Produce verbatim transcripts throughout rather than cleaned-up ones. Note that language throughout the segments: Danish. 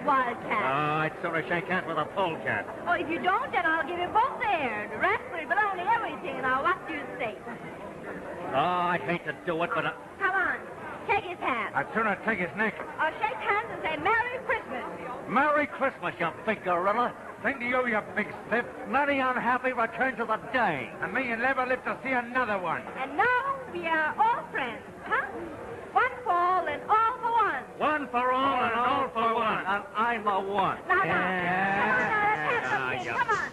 wildcat. Oh, I'd sooner shake hands with a polecat. Oh, if you don't, then I'll give you both there. The raspberry bologna, everything, and I'll watch you say. Oh, I'd hate to do it, but... Uh, Come on, take his hand. I'd sooner take his neck. I'll shake hands and say Merry Christmas. Merry Christmas, you big gorilla. Same to you, you big stiff. Bloody unhappy return to the day. And may you never live to see another one. And now we are all friends, huh? One for all and all for one. One for all and all for one. And I'm a one. Now, now, come on, now, let's have something. yeah. Come on.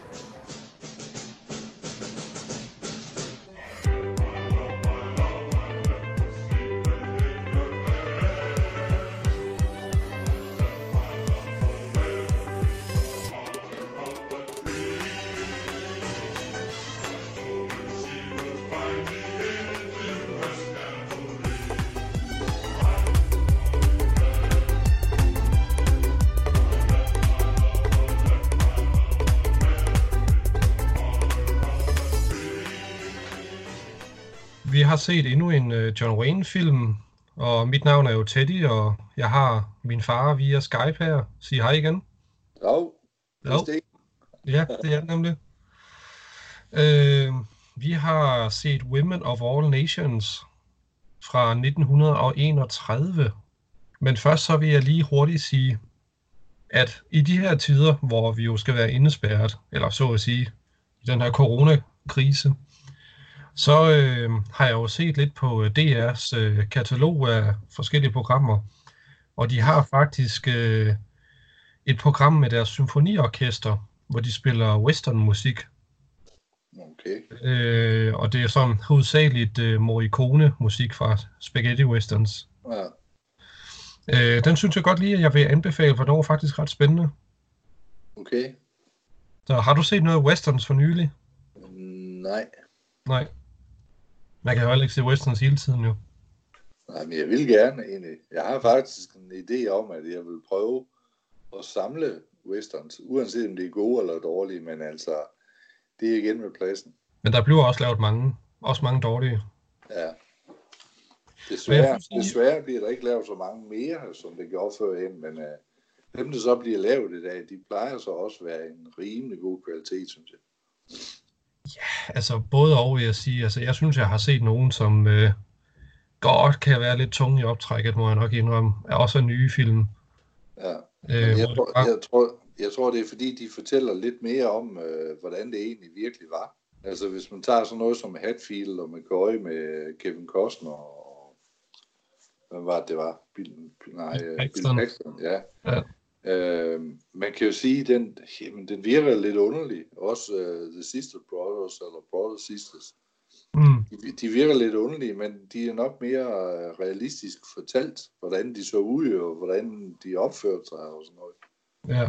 Vi har set endnu en uh, John Wayne-film, og mit navn er jo Teddy, og jeg har min far via Skype her. Sig hej igen. Jo, Jo. Ja, det er det nemlig. Uh, vi har set Women of All Nations fra nitten enogtredive. Men først så vil jeg lige hurtigt sige, at i de her tider, hvor vi jo skal være indespærret, eller så at sige, i den her coronakrise, så øh, har jeg jo set lidt på D R's øh, katalog af forskellige programmer, og de har faktisk øh, et program med deres symfoniorkester, hvor de spiller westernmusik. Okay. Øh, og det er sådan hovedsageligt øh, Morricone-musik fra Spaghetti Westerns. Ja. Øh, den synes jeg godt lige, at jeg vil anbefale, for den var faktisk ret spændende. Okay. Så har du set noget westerns for nylig? Nej. Nej. Man kan jo heller ikke se westerns hele tiden jo. Nej, men jeg vil gerne egentlig. Jeg har faktisk en idé om, at jeg vil prøve at samle westerns, uanset om det er gode eller dårlige, men altså, det er igen med pladsen. Men der bliver også lavet mange, også mange dårlige. Ja. Desværre, sige... desværre bliver der ikke lavet så mange mere, som det gjorde førhen, men uh, dem, der så bliver lavet i dag, de plejer så også at være en rimelig god kvalitet, synes jeg. Ja, altså både og vil jeg sige. Altså jeg synes, jeg har set nogen, som øh, godt kan være lidt tunge i optrækket, må jeg nok indrømme. Er også en nye film. Ja, øh, jeg, tror, bare... jeg, tror, jeg tror, det er fordi, de fortæller lidt mere om, øh, hvordan det egentlig virkelig var. Altså hvis man tager sådan noget som Hatfield og McCoy med Kevin Costner og hvad var det, det var? Bill, nej, Bill Paxton, ja. ja. Øh, man kan jo sige, at den, jamen, den virker lidt underlig. Også uh, The Sister Brothers, eller Brothers Sisters. Mm. De, de virker lidt underlige, men de er nok mere uh, realistisk fortalt, hvordan de så ud, og hvordan de opførte sig, og sådan noget. Ja.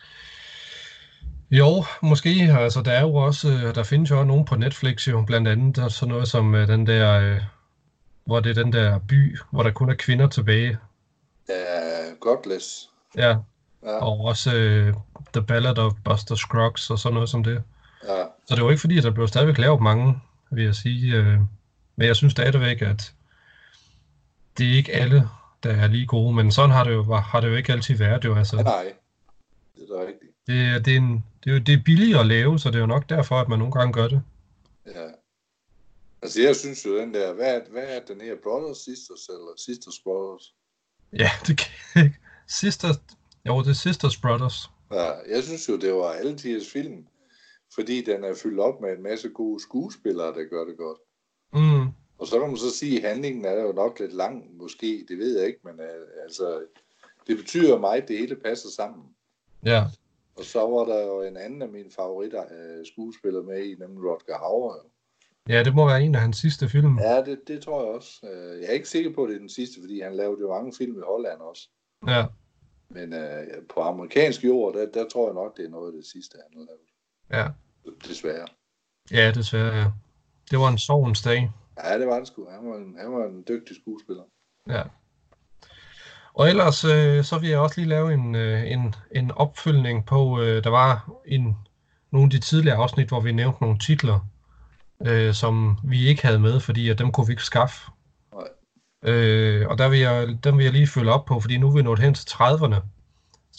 Jo, måske. Altså, der er jo også, der findes jo også nogen på Netflix, jo, blandt andet der sådan noget som uh, den der, uh, hvor det er den der by, hvor der kun er kvinder tilbage. Ja, Godless. Ja. Ja. Og også uh, The Ballad of Buster Scruggs og sådan noget som det. Ja. Så det var ikke fordi, at der blev stadigvæk lavet mange, vil jeg sige. Uh, men jeg synes stadigvæk, at det er ikke alle, der er lige gode. Men sådan har det jo, har det jo ikke altid været. Jo, altså. Ja, nej, det er rigtigt. Det, det, er en, det, er jo, det er billigt at lave, så det er jo nok derfor, at man nogle gange gør det. Ja. Altså jeg synes jo den der, hvad er, hvad er den her Brothers Sisters, eller Sisters Brothers? Ja, det kan ikke. Sisters, jo, det er Sisters Brothers. Ja, jeg synes jo, det var alle tiders film, fordi den er fyldt op med en masse gode skuespillere, der gør det godt. Mm. Og så kan man så sige, at handlingen er jo nok lidt lang, måske, det ved jeg ikke, men uh, altså, det betyder mig, at det hele passer sammen. Ja. Og så var der jo en anden af mine favoritter uh, skuespillere med i, nemlig Rutger Hauer. Ja, det må være en af hans sidste film. Ja, det, det tror jeg også. Uh, jeg er ikke sikker på, at det er den sidste, fordi han lavede jo mange film i Holland også. Ja. Men uh, på amerikansk jord, der, der tror jeg nok, det er noget af det sidste, han har lavet. Ja. Desværre. Ja, desværre, ja. Det var en sovens dag. Ja, det var han sgu. Han var en, han var en dygtig skuespiller. Ja. Og ellers, øh, så vil jeg også lige lave en, øh, en, en opfølgning på, øh, der var en, nogle af de tidligere afsnit, hvor vi nævnte nogle titler, øh, som vi ikke havde med, fordi at dem kunne vi ikke skaffe. Nej. Øh, og der vil jeg, dem vil jeg lige følge op på, fordi nu er vi nået hen til trediverne.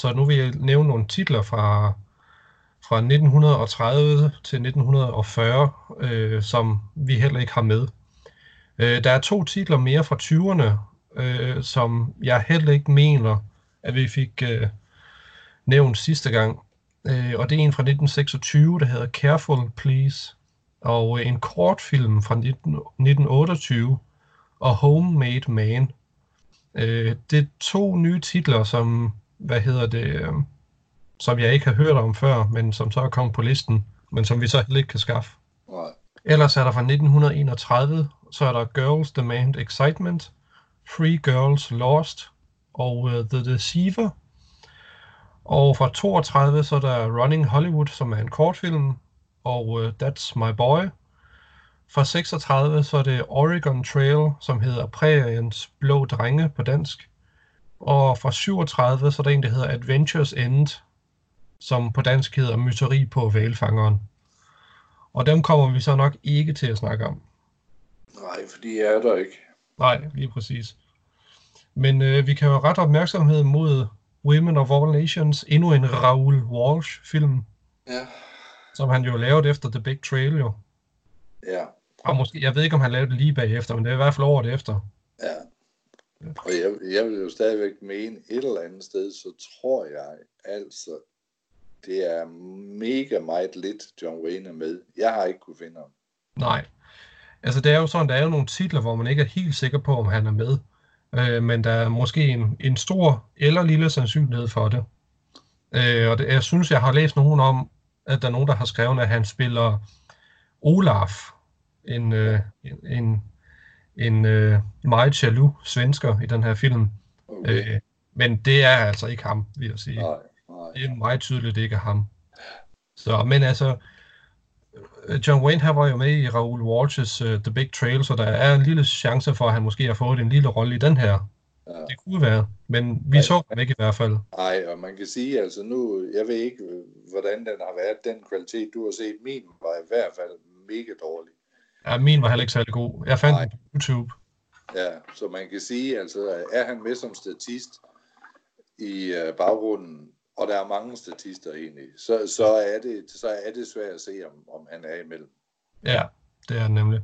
Så nu vil jeg nævne nogle titler fra, fra nitten tredive til nitten fyrre, øh, som vi heller ikke har med. Øh, der er to titler mere fra tyverne, øh, som jeg heller ikke mener, at vi fik øh, nævnt sidste gang. Øh, og det er en fra nitten seksogtyve, der hedder Careful Please, og øh, en kortfilm fra nitten otteogtyve, og Homemade Man. Øh, det er to nye titler, som, hvad hedder det, øh, som jeg ikke har hørt om før, men som så er kommet på listen, men som vi så heller ikke kan skaffe. Nej. Ellers er der fra nitten enogtredive, så er der Girls Demand Excitement, Three Girls Lost og uh, The Deceiver. Og fra toogtredive, så er der Running Hollywood, som er en kortfilm, og uh, That's My Boy. Fra seksogtredive, så er det Oregon Trail, som hedder Præriens Blå Drenge på dansk. Og fra syvogtredive, så er der en, der hedder Adventures End, som på dansk hedder Mytteri på Hvalfangeren. Og dem kommer vi så nok ikke til at snakke om. Nej, for de er der ikke. Nej, lige præcis. Men øh, vi kan jo rette opmærksomhed mod Women of All Nations, endnu en Raoul Walsh-film, Ja. som han jo lavede efter The Big Trail jo. Ja. Og måske, jeg ved ikke, om han lavede det lige bagefter, men det er i hvert fald året efter. Ja. Og jeg, jeg vil jo stadigvæk mene et eller andet sted, så tror jeg altså, det er mega meget lidt John Wayne er med. Jeg har ikke kunne finde ham. Nej. Altså det er jo sådan, der er jo nogle titler, hvor man ikke er helt sikker på, om han er med. Øh, men der er måske en, en stor eller lille sandsynlighed for det. Øh, og det, jeg synes, jeg har læst nogen om, at der er nogen, der har skrevet, at han spiller Olaf, en, øh, en, en, en øh, meget jaloux svensker i den her film. Okay. Øh, men det er altså ikke ham, vil jeg sige. Nej, nej. Det er meget tydeligt, det ikke er ham. Så, men altså, John Wayne her var jo med i Raoul Walsh's uh, The Big Trail, så der er en lille chance for, at han måske har fået en lille rolle i den her. Ja. Det kunne være, men vi Nej. så ham ikke i hvert fald. Nej, og man kan sige, altså nu, jeg ved ikke, hvordan den har været, den kvalitet, du har set. Min var i hvert fald mega dårlig. Ja, min var heller ikke særlig god. Jeg fandt Nej. den på YouTube. Ja, så man kan sige, altså er han med som statist i uh, baggrunden, og der er mange statister egentlig, så, så, er, det, så er det svært at se, om, om han er imellem. Ja, det er det nemlig.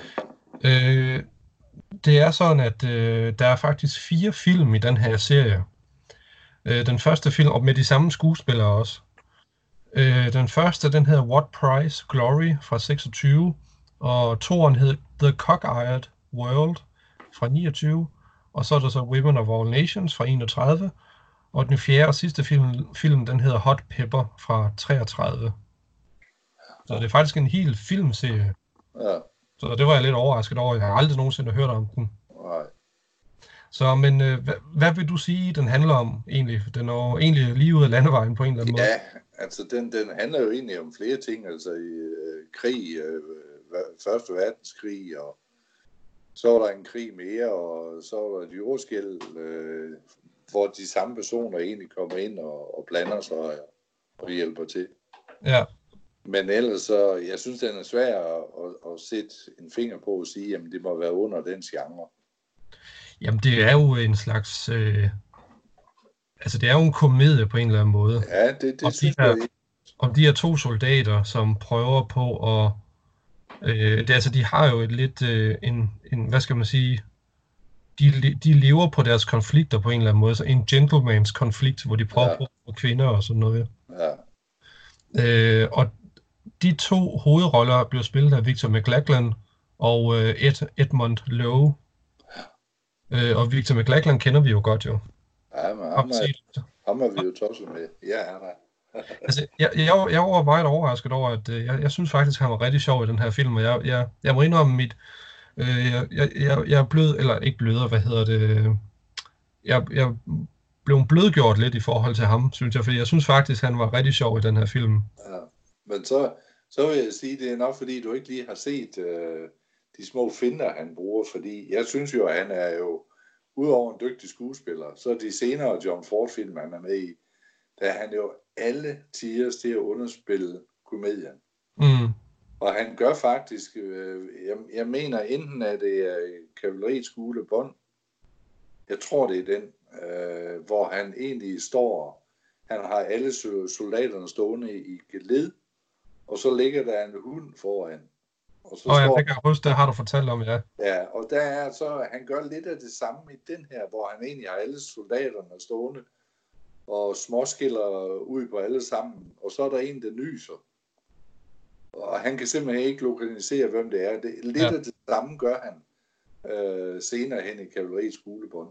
Øh, det er sådan, at øh, der er faktisk fire film i den her serie. Øh, den første film, og med de samme skuespillere også. Øh, den første, den hedder What Price Glory fra seksogtyve, og toeren hed The Cock-Eyed World fra niogtyve, og så er der så Women of All Nations fra enogtredive, og den fjerde og sidste film, film den hedder Hot Pepper fra treogtredive. Så det er faktisk en hel filmserie. Ja, Så det var jeg lidt overrasket over. Jeg har aldrig nogensinde hørt om den. nej. Så, men øh, hvad, hvad vil du sige, den handler om egentlig? Den er jo egentlig lige ude af landevejen på en eller anden måde. Ja, altså den, den handler jo egentlig om flere ting, altså i øh, krig, øh, første verdenskrig, og så var der en krig mere, og så var der et jordskælv, øh, hvor de samme personer egentlig kommer ind og, og blander sig og, og hjælper til. Ja. Men ellers så, jeg synes, den er svær at, at, at sætte en finger på og sige, jamen det må være under den genre. Jamen det er jo en slags, øh, altså det er jo en komedie på en eller anden måde. Ja, det, det om synes de her, jeg ikke. Om de her to soldater, som prøver på at, øh, det, altså de har jo et lidt, øh, en, en, hvad skal man sige, de, de lever på deres konflikter på en eller anden måde, så en gentlemans konflikt, hvor de prøver Ja. på at kvinder og sådan noget. Ja, Øh, og de to hovedroller blev spillet af Victor McLaglen og øh, Ed, Edmund Lowe. Øh, og Victor McLaglen kender vi jo godt jo. ja men Har ham vi er, set. ham er vi jo tosset med. Ja, han er. Altså, jeg, jeg, jeg var meget overrasket over, at øh, jeg, jeg synes faktisk, han var rigtig sjov i den her film, og jeg, jeg, jeg må indrømme mit, øh, jeg, jeg, jeg, jeg er blød, eller ikke bløder, hvad hedder det, jeg, jeg blev blødgjort lidt i forhold til ham, synes jeg, fordi jeg synes faktisk, han var rigtig sjov i den her film. Ja. Men så, så vil jeg sige, det er nok fordi, du ikke lige har set øh, de små finder, han bruger, fordi jeg synes jo, at han er jo, udover en dygtig skuespiller, så er de senere John Ford-film, han er med i, der er han jo alle tider til at underspille komedien. Mm. Og han gør faktisk, øh, jeg, jeg mener enten, at det er Kavaleriets Gule Bånd, jeg tror det er den, øh, hvor han egentlig står han har alle soldaterne stående i geled, og så ligger der en hund foran. Og så Åh, står, jeg kan huske, det har du fortalt om, ja. ja, og der er så, han gør lidt af det samme i den her, hvor han egentlig har alle soldaterne stående, og småskiller ud på alle sammen, og så er der en, der nyser. Og han kan simpelthen ikke lokalisere, hvem det er. Det, lidt ja. af det samme gør han øh, senere hen i kavaleriets kuglebånd.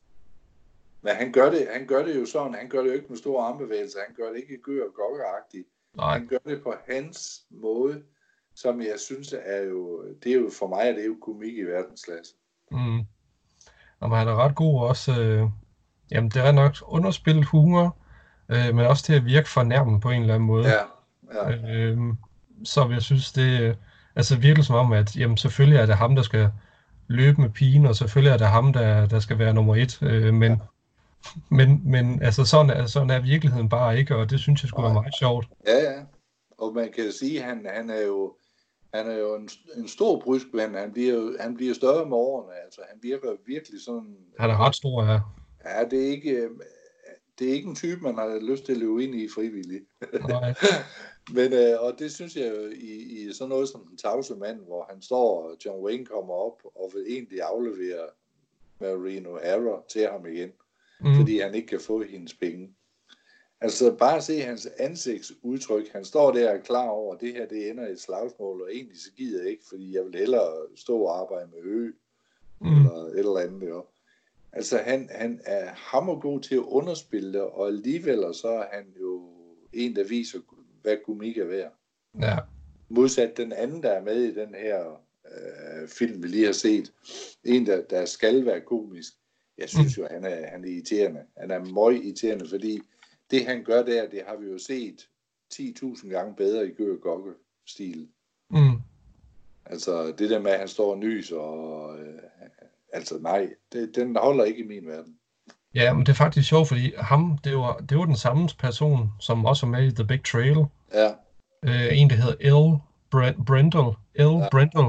Men han gør, det, han gør det jo sådan, han gør det jo ikke med store armbevægelser, han gør det ikke gør og gokkeagtigt. Han gør det på hans måde, som jeg synes er jo, det er jo for mig, det er jo komik i verdensklasse. Mm. Jamen, han er ret god også. Øh, jamen, det er nok underspillet humor, øh, men også til at virke fornærmende på en eller anden måde. Ja, ja. Øh, så jeg synes, det altså virkelig som om, at jamen, selvfølgelig er det ham, der skal løbe med pigen, og selvfølgelig er det ham, der, der skal være nummer et. Øh, men, ja. men, men altså, sådan, er, sådan er virkeligheden bare ikke, og det synes jeg skulle være meget sjovt. Ja, ja. Og man kan sige, at han, han er jo, han er jo en, en stor brystmand. Han bliver jo, han bliver større med årene. Altså, han virker virkelig sådan... Han er ret stor, ja. Ja, det er ikke, det er ikke en type, man har lyst til at løbe ind i frivilligt. Nej. Men, øh, og det synes jeg jo i, i sådan noget som Den tavse mand, hvor han står, og John Wayne kommer op og vil egentlig aflevere Maureen O'Hara til ham igen, mm. fordi han ikke kan få hendes penge. Altså bare se hans ansigtsudtryk. Han står der og er klar over, at det her det ender i et slagsmål, og egentlig så gider jeg ikke, fordi jeg vil hellere stå og arbejde med ø, mm. eller et eller andet. Jo. Altså han, han er hammergod til at underspille det, og alligevel så er han jo en, der viser, hvad komik er værd. Ja. Modsat den anden, der er med i den her øh, film, vi lige har set. En, der, der skal være komisk. Jeg synes jo, han er, han er irriterende. Han er møg irriterende, fordi det, han gør der, det har vi jo set ti tusind gange bedre i Gør Gokke-stil. Mm. Altså, det der med, at han står og nyser, og øh, altså nej, det, den holder ikke i min verden. Ja, men det er faktisk sjovt, fordi ham, det var, det var den samme person, som også var med i The Big Trail. Ja. Øh, en, der hedder El Brendel. El ja. Brendel.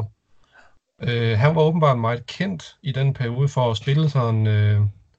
Øh, han var åbenbart meget kendt i den periode for at spille sådan øh,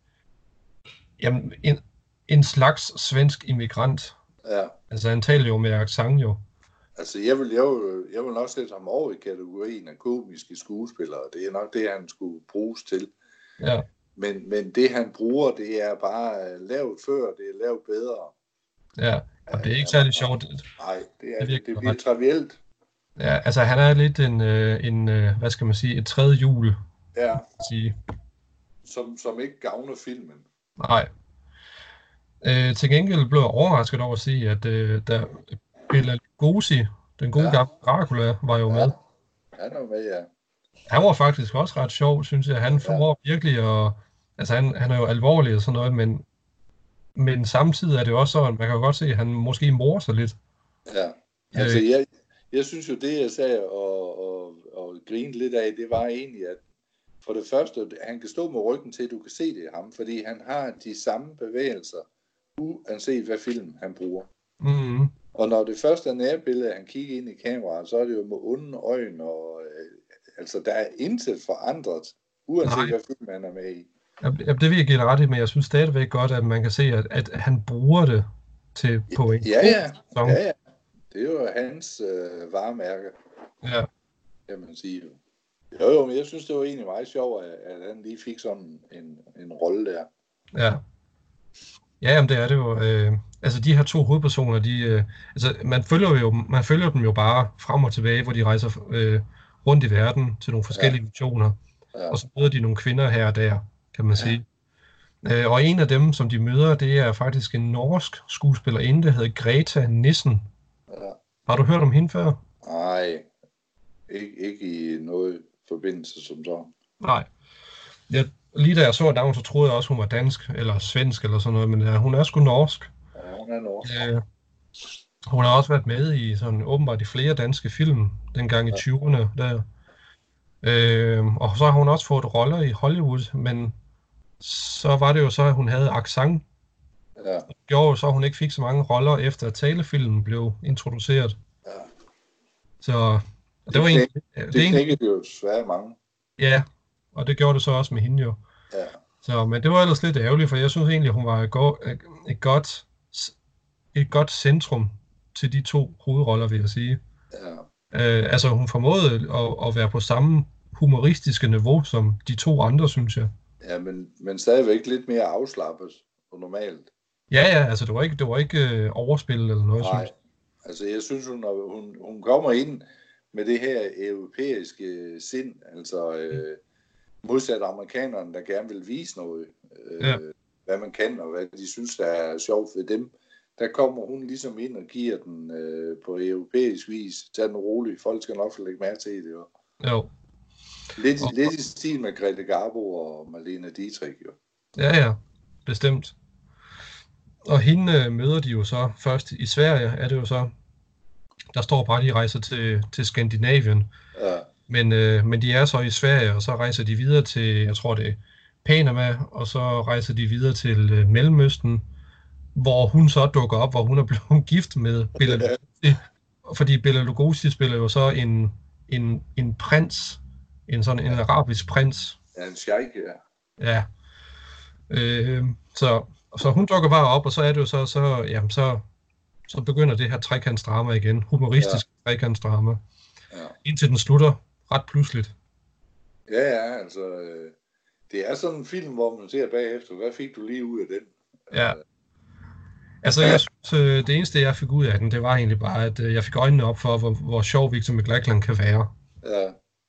jamen, en, en slags svensk immigrant. Ja. Altså han taler jo med accent jo. Altså jeg vil, jeg vil, jeg vil nok sætte ham over i kategorien af komiske skuespillere. Det er nok det, han skulle bruges til. Ja. Men, men det han bruger, det er bare lavet før, det er lavet bedre. Ja, og det er ikke særlig sjovt. Nej, det, er, det, det bliver trivielt. Ja, altså han er lidt en, en hvad skal man sige, et tredje hjul. Ja, sige. Som, som ikke gavner filmen. Nej. Øh, til gengæld blev jeg overrasket over at sige, at øh, der Bela Lugosi, den gode ja. gamle Dracula, var jo ja. med. Han var med, ja. Han var faktisk også ret sjov, synes jeg. Han får ja. virkelig at... Altså, han, han er jo alvorlig og sådan noget, men, men samtidig er det også sådan, man kan jo godt se, at han måske morer sig lidt. Ja, altså øh, jeg, jeg synes jo, det jeg sagde og, og, og grine lidt af, det var egentlig, at for det første, han kan stå med ryggen til, at du kan se det i ham, fordi han har de samme bevægelser, uanset hvad film han bruger. Mm-hmm. Og når det første er nærbillede, han kigger ind i kameraet, så er det jo med onde øjne, og øh, altså der er intet forandret, uanset Nej. hvad film han er med i. Ja, det vil jeg give dig ret i, men jeg synes stadigvæk godt, at man kan se, at, at han bruger det til på en ja, ja. ja, ja. Det er jo hans øh, varemærke, ja. kan man sige. Jo, jo, men jeg synes, det var egentlig meget sjovt, at, at han lige fik sådan en, en rolle der. Ja. Ja, jamen det er det jo. Øh, altså de her to hovedpersoner, de, øh, altså man følger jo, man følger dem jo bare frem og tilbage, hvor de rejser øh, rundt i verden til nogle forskellige ja. missioner, ja. og så møder de nogle kvinder her og der, kan man ja. sige. Øh, og en af dem, som de møder, det er faktisk en norsk skuespillerinde, der hedder Greta Nissen. Ja. Har du hørt om hende før? Nej, ikke, ikke i noget forbindelse som så. Nej. Jeg, lige da jeg så navnet, så troede jeg også, hun var dansk eller svensk eller sådan noget, men ja, hun er sgu norsk. Ja, hun er norsk. Øh, hun har også været med i sådan åbenbart i flere danske film, dengang ja. i tyverne der. Øh, og så har hun også fået roller i Hollywood, men så var det jo så, at hun havde accent. Ja. Det gjorde jo så, at hun ikke fik så mange roller, efter at talefilmen blev introduceret. Ja. Så det, det var egentlig... Det, det knækkede jo svært mange. Ja, og det gjorde det så også med hende jo. Ja. Så, men det var ellers lidt ærgerligt, for jeg synes egentlig, at hun var et, go- et godt et godt centrum til de to hovedroller, vil jeg sige. Ja. Øh, altså, hun formåede at, at være på samme humoristiske niveau som de to andre, synes jeg. Ja, men, men stadigvæk lidt mere afslappet og normalt. Ja, ja, altså, det var ikke, det var ikke øh, overspillet eller noget, Nej, synes jeg. altså jeg synes, hun, hun, hun kommer ind med det her europæiske sind, altså øh, modsat amerikanerne, der gerne vil vise noget, øh, Ja. hvad man kan, og hvad de synes, der er sjovt ved dem. Der kommer hun ligesom ind og giver den øh, på europæisk vis. Tag den roligt, folk skal nok lægge mærke til det. Jo. Jo. Lidt, Og- lidt i stil med Grete Garbo og Marlene Dietrich. Jo. Ja, ja, bestemt. Og hende øh, møder de jo så først i Sverige, er det jo så. Der står bare, at de rejser til, til Skandinavien. Ja, Men, øh, men de er så i Sverige, og så rejser de videre til, jeg tror det er Panama, og så rejser de videre til øh, Mellemøsten, hvor hun så dukker op, hvor hun er blevet gift med Bela Lugosi. Fordi Bela Lugosi spiller jo så en, en, en prins, en sådan en arabisk prins. ja en sheik, ja. Ja. Øh, så, så hun dukker bare op, og så er det jo så, så, jamen så, så begynder det her trekantsdrama igen. Humoristisk ja. trekantsdrama. Ja. Indtil den slutter ret pludseligt. Ja, ja, altså, øh, det er sådan en film, hvor man ser bagefter, hvad fik du lige ud af den? Ja. Altså, jeg synes, øh, det eneste, jeg fik ud af den, det var egentlig bare, at øh, jeg fik øjnene op for, hvor, hvor sjov Victor McLachlan kan være. Ja.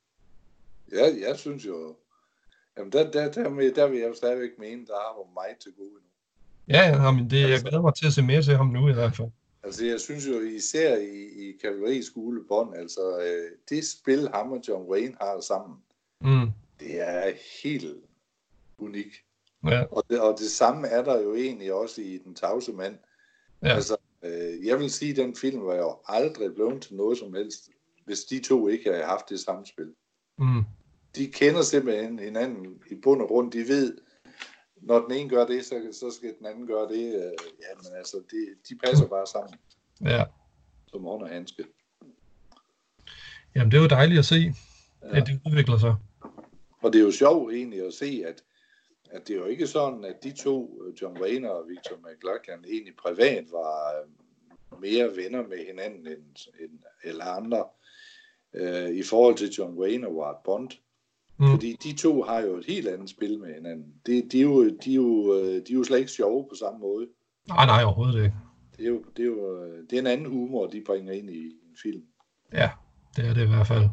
Ja, jeg synes jo, jamen der, der, der, der, der vil jeg jo stadigvæk mene, der har jo meget til gode nu. Ja, ja, men det, jeg glæder mig til at se mere til ham nu i hvert fald. Altså, jeg synes jo især i, i kavaleriskole Bånd, altså øh, det spil, ham og John Wayne har sammen, Mm. det er helt unik. Ja, Og det, og det samme er der jo egentlig også i Den tavse mand. ja, Altså, øh, jeg vil sige, at den film var jo aldrig blevet til noget som helst, hvis de to ikke havde haft det samspil. mm. De kender simpelthen hinanden i bund og grund. De ved, når den ene gør det, så, så skal den anden gøre det. Øh, jamen altså, det, de passer bare sammen Ja. som hånd og handske. Jamen, det er jo dejligt at se, Ja. at det udvikler sig. Og det er jo sjovt egentlig at se, at, at det er jo ikke sådan, at de to, John Wayne og Victor McLachlan, egentlig privat var øh, mere venner med hinanden end, end eller andre. Øh, I forhold til John Wayne og Ward Bond. Mm. Fordi de to har jo et helt andet spil med hinanden. De, de, er, jo, de, er, jo, de er jo slet ikke sjove på samme måde. Nej, nej, overhovedet ikke. Det er jo, det er jo det er en anden humor, de bringer ind i en film. Ja, det er det i hvert fald.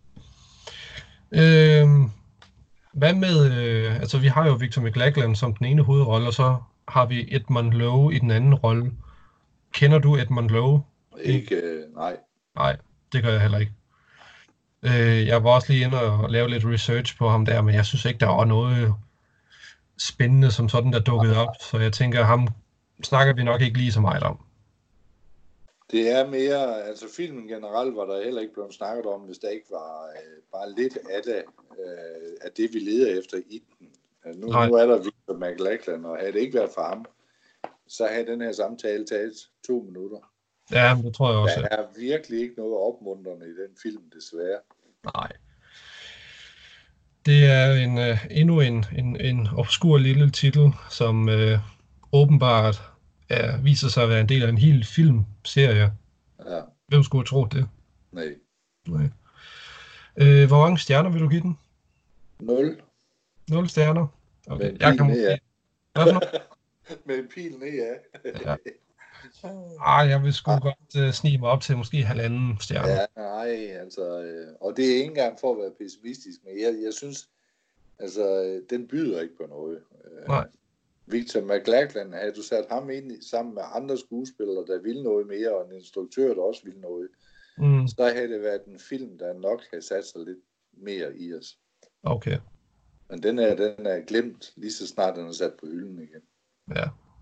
Øhm, hvad med, øh, altså vi har jo Victor McLachlan som den ene hovedrolle, og så har vi Edmund Lowe i den anden rolle. Kender du Edmund Lowe? Ikke, øh, nej. Nej, det gør jeg heller ikke. Øh, jeg var også lige inde og lave lidt research på ham der, men jeg synes ikke, der var noget spændende som sådan, der dukkede op. Så jeg tænker, ham snakker vi nok ikke lige så meget om. Det er mere, altså filmen generelt var der heller ikke blevet snakket om, hvis der ikke var øh, bare lidt af det, øh, af det, vi leder efter i den. Øh, nu, nu er der Victor McLachlan, og havde det ikke været for ham, så havde den her samtale taget to minutter. Ja, det tror jeg også. Der er virkelig ikke noget opmuntrende i den film, desværre. Nej. Det er en, uh, endnu en, en, en obskur lille titel, som uh, åbenbart er, viser sig at være en del af en hel filmserie. Ja. Hvem skulle tro det? Nej. Nej. Uh, hvor mange stjerner vil du give den? Nul. Nul stjerner? Med Okay. en Jeg pil kan ned, ja. Hvad for noget? Med en pil ned, ja. Ja. Ah, jeg vil sgu ah. godt uh, snige mig op til måske halvanden stjerne. Ja, nej, altså, øh, og det er ikke engang for at være pessimistisk, men jeg, jeg synes, altså, øh, den byder ikke på noget. Øh, Nej. Victor McLachlan, havde du sat ham ind i, sammen med andre skuespillere, der ville noget mere, og en instruktør, der også ville noget, Mm, så havde det været en film, der nok havde sat sig lidt mere i os. okay, Men den er, den er glemt, lige så snart den er sat på hylden igen. ja.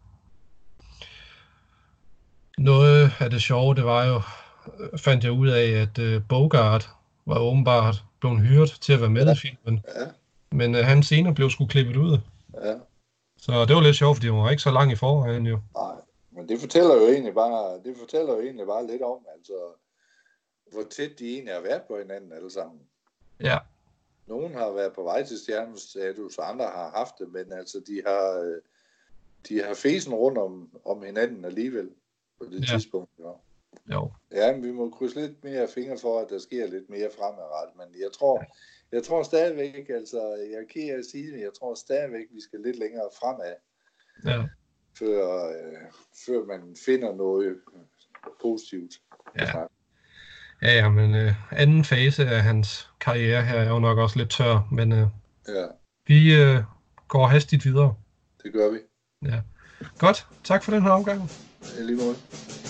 Noget af det sjove, det var jo, øh, fandt jeg ud af, at øh, Bogart var åbenbart blevet hyret til at være med i filmen. Ja, Men øh, han senere blev sgu klippet ud. ja. Så det var lidt sjovt, fordi hun var ikke så lang i forvejen jo. Nej, men det fortæller jo egentlig bare, det fortæller jo egentlig bare lidt om, altså, hvor tæt de egentlig har været på hinanden alle sammen. Ja, Nogen har været på vej til stjernestatus, og andre har haft det, men altså, de har, øh, de har fesen rundt om, om hinanden alligevel. på det Ja. tidspunkt. Ja. Jo. Ja, men vi må krydse lidt mere fingre for, at der sker lidt mere fremadrettet. Men jeg tror, jeg tror stadigvæk, altså, jeg er ked af at sige det, jeg tror stadigvæk, vi skal lidt længere fremad, Ja. før, øh, før man finder noget positivt. Ja. Ja, ja, men øh, anden fase af hans karriere her er jo nok også lidt tør, men øh, Ja, vi øh, går hastigt videre. det gør vi. Ja. Godt, tak for den her omgang. I lige måde.